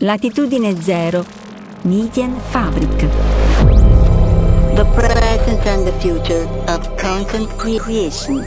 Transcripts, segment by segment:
Latitudine Zero, Medienfabrik. The present and the future of content creation.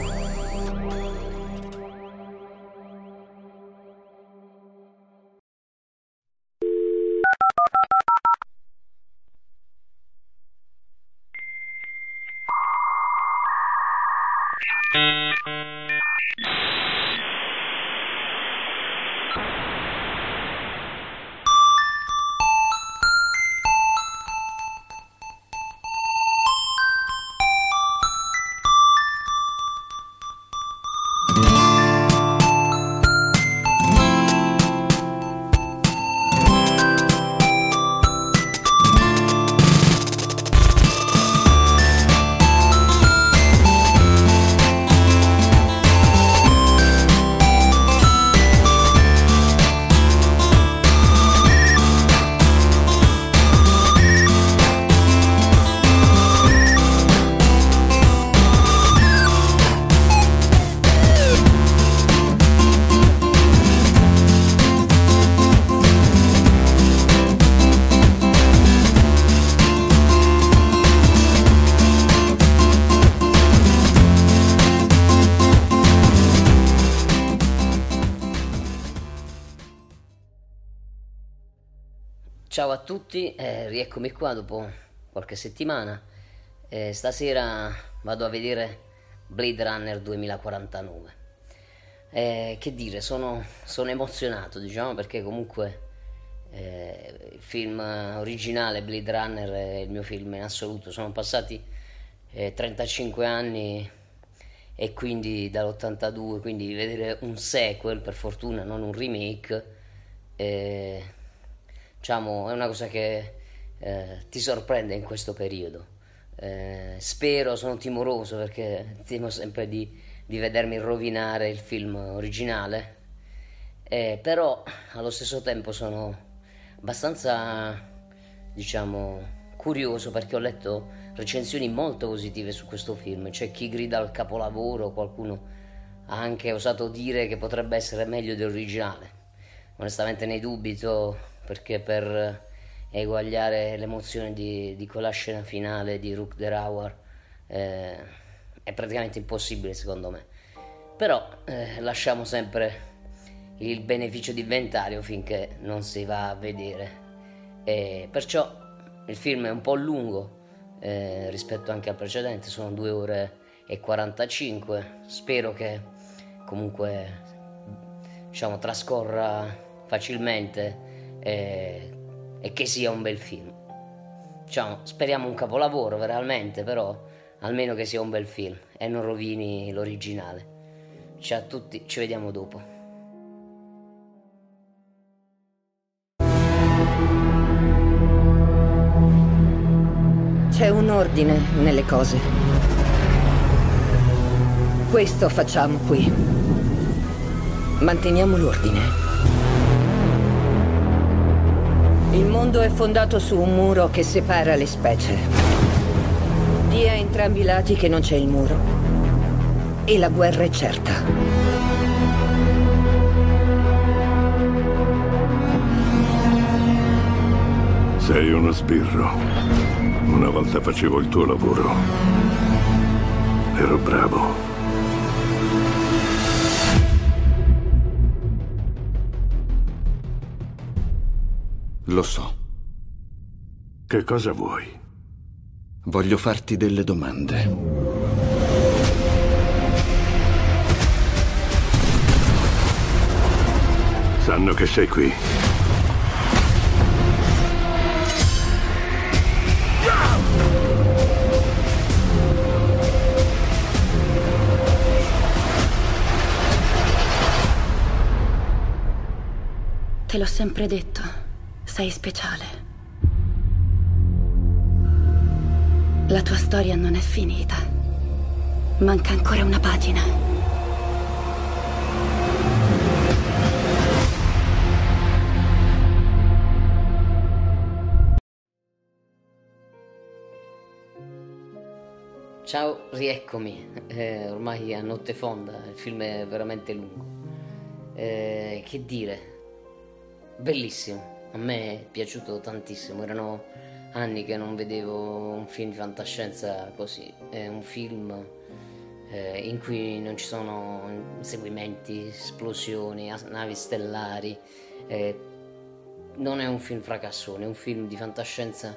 Ciao a tutti, rieccomi qua dopo qualche settimana. Stasera vado a vedere Blade Runner 2049. Che dire, sono emozionato, diciamo, perché comunque il film originale Blade Runner è il mio film in assoluto. Sono passati 35 anni e quindi dall'82, quindi vedere un sequel, per fortuna, non un remake, diciamo, è una cosa che ti sorprende in questo periodo. Spero, sono timoroso perché temo sempre di vedermi rovinare il film originale, però allo stesso tempo sono abbastanza, diciamo, curioso perché ho letto recensioni molto positive su questo film. C'è chi grida al capolavoro, qualcuno ha anche osato dire che potrebbe essere meglio dell'originale. Onestamente ne dubito, perché per eguagliare l'emozione di quella scena finale di Rutger Hauer è praticamente impossibile, secondo me. Però lasciamo sempre il beneficio di inventario finché non si va a vedere, perciò il film è un po' lungo rispetto anche al precedente, sono 2 ore e 45. Spero che comunque, diciamo, trascorra facilmente e che sia un bel film. Diciamo, speriamo un capolavoro veramente, però almeno che sia un bel film e non rovini l'originale. Ciao a tutti, ci vediamo dopo. C'è un ordine nelle cose. Questo facciamo qui. Manteniamo l'ordine. Il mondo è fondato su un muro che separa le specie. Di a entrambi i lati che non c'è il muro. E la guerra è certa. Sei uno sbirro. Una volta facevo il tuo lavoro. Ero bravo. Lo so. Che cosa vuoi? Voglio farti delle domande. Sanno che sei qui. Te l'ho sempre detto. Sei speciale. La tua storia non è finita. Manca ancora una pagina. Ciao, rieccomi. Ormai a notte fonda, il film è veramente lungo. Che dire, bellissimo. A me è piaciuto tantissimo, erano anni che non vedevo un film di fantascienza così. È un film in cui non ci sono inseguimenti, esplosioni, navi stellari. Non è un film fracassone, è un film di fantascienza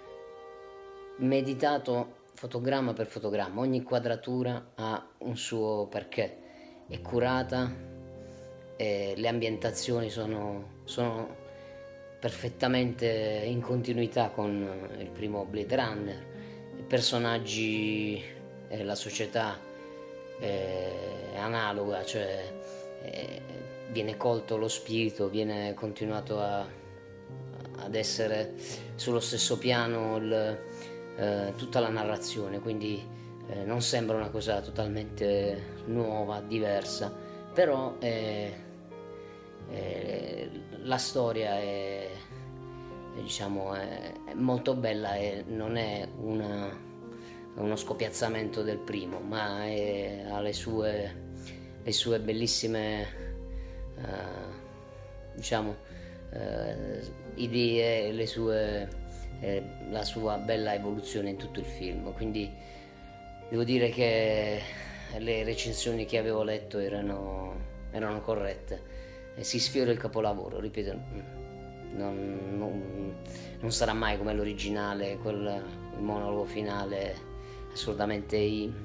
meditato fotogramma per fotogramma. Ogni quadratura ha un suo perché, è curata, le ambientazioni sono perfettamente in continuità con il primo Blade Runner, i personaggi e la società è analoga, cioè viene colto lo spirito, viene continuato ad essere sullo stesso piano tutta la narrazione, quindi non sembra una cosa totalmente nuova, diversa, però la storia è molto bella e non è uno scopiazzamento del primo, ma ha le sue bellissime idee, la sua bella evoluzione in tutto il film. Quindi devo dire che le recensioni che avevo letto erano corrette. Si sfiora il capolavoro, ripeto, non sarà mai come l'originale, il monologo finale assolutamente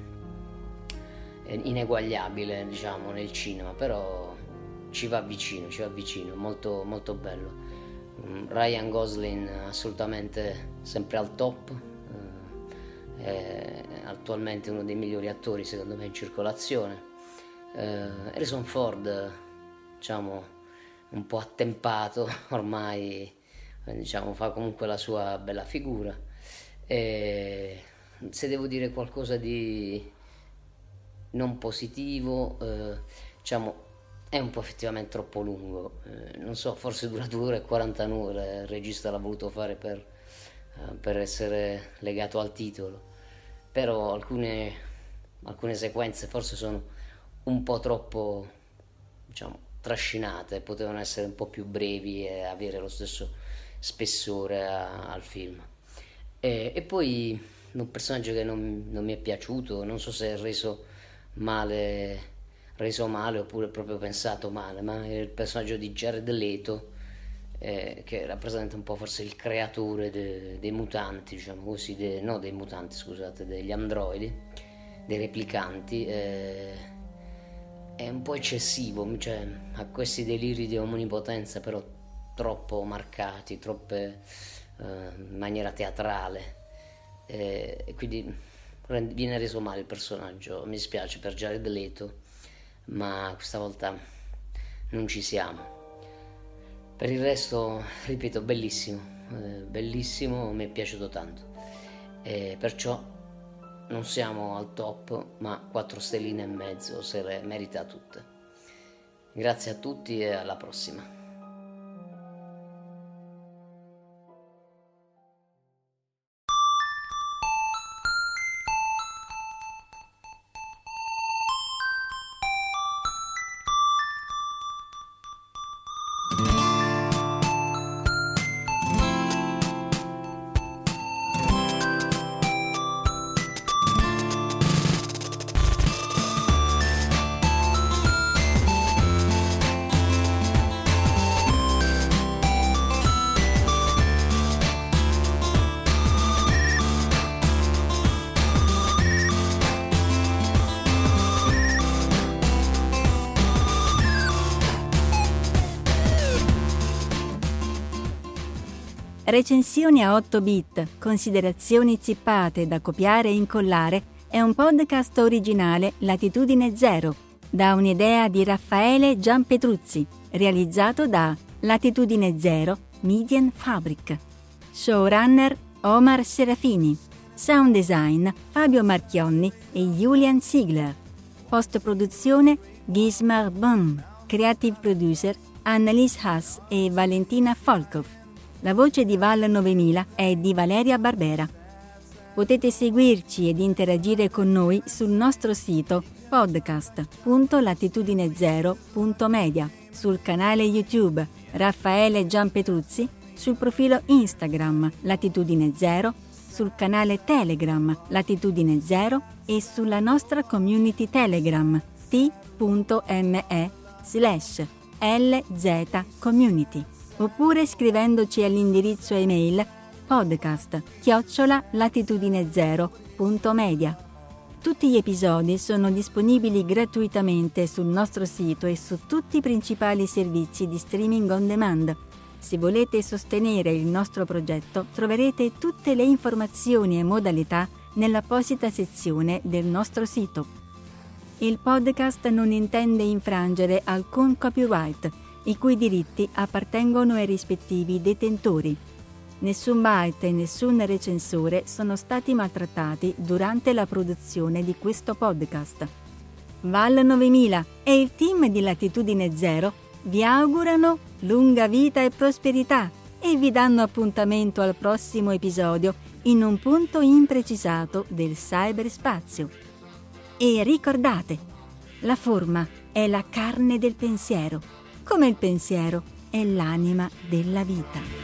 ineguagliabile, diciamo, nel cinema, però ci va vicino, molto, molto bello. Ryan Gosling assolutamente sempre al top, è attualmente uno dei migliori attori secondo me in circolazione. Harrison Ford, diciamo, un po' attempato ormai, diciamo, fa comunque la sua bella figura. E se devo dire qualcosa di non positivo, diciamo, è un po' effettivamente troppo lungo, non so, forse dura 2 ore e 40 minuti, il regista l'ha voluto fare per essere legato al titolo, però alcune sequenze forse sono un po' troppo, diciamo, trascinate, potevano essere un po' più brevi e avere lo stesso spessore al film. E poi un personaggio che non mi è piaciuto, non so se è reso male oppure proprio pensato male, ma è il personaggio di Jared Leto, che rappresenta un po' forse il creatore dei mutanti, diciamo così, dei mutanti, scusate, degli androidi, dei replicanti. È un po' eccessivo, cioè ha questi deliri di omnipotenza però troppo marcati, troppe in maniera teatrale, e quindi viene reso male il personaggio. Mi spiace per Jared Leto, ma questa volta non ci siamo. Per il resto, ripeto, bellissimo, mi è piaciuto tanto, e perciò non siamo al top, ma 4 stelline e mezzo se le merita tutte. Grazie a tutti e alla prossima. Recensioni a 8 bit, considerazioni zippate da copiare e incollare è un podcast originale Latitudine Zero, da un'idea di Raffaele Gianpetruzzi, realizzato da Latitudine Zero Media Fabric. Showrunner Omar Serafini. Sound design Fabio Marchionni e Julian Ziegler. Post-produzione Gismar Bum. Creative producer Annalise Haas e Valentina Volkov. La voce di Val 9000 è di Valeria Barbera. Potete seguirci ed interagire con noi sul nostro sito podcast.latitudinezero.media, sul canale YouTube Raffaele Gianpetruzzi sul profilo Instagram Latitudine Zero, sul canale Telegram Latitudine Zero e sulla nostra community Telegram t.me/LZCommunity, oppure scrivendoci all'indirizzo email podcast@latitudinezero.media. Tutti gli episodi sono disponibili gratuitamente sul nostro sito e su tutti i principali servizi di streaming on demand. Se volete sostenere il nostro progetto, troverete tutte le informazioni e modalità nell'apposita sezione del nostro sito. Il podcast non intende infrangere alcun copyright, i cui diritti appartengono ai rispettivi detentori. Nessun byte e nessun recensore sono stati maltrattati durante la produzione di questo podcast. Val 9000 e il team di Latitudine Zero vi augurano lunga vita e prosperità e vi danno appuntamento al prossimo episodio in un punto imprecisato del cyberspazio. E ricordate, la forma è la carne del pensiero, come il pensiero è l'anima della vita.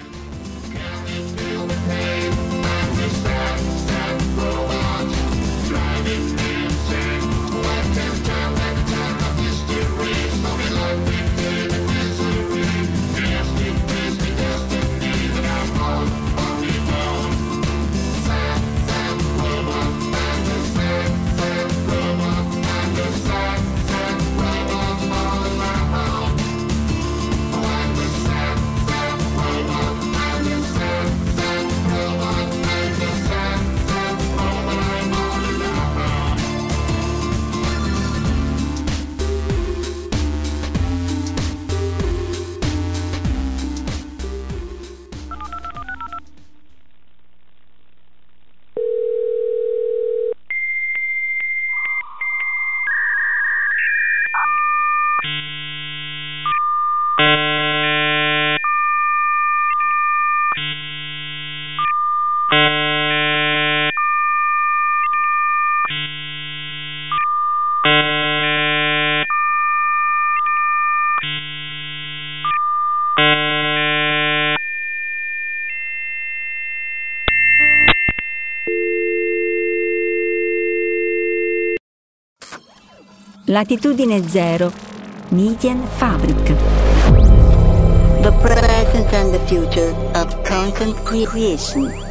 Latitudine Zero, Medienfabrik. The present and the future of content creation.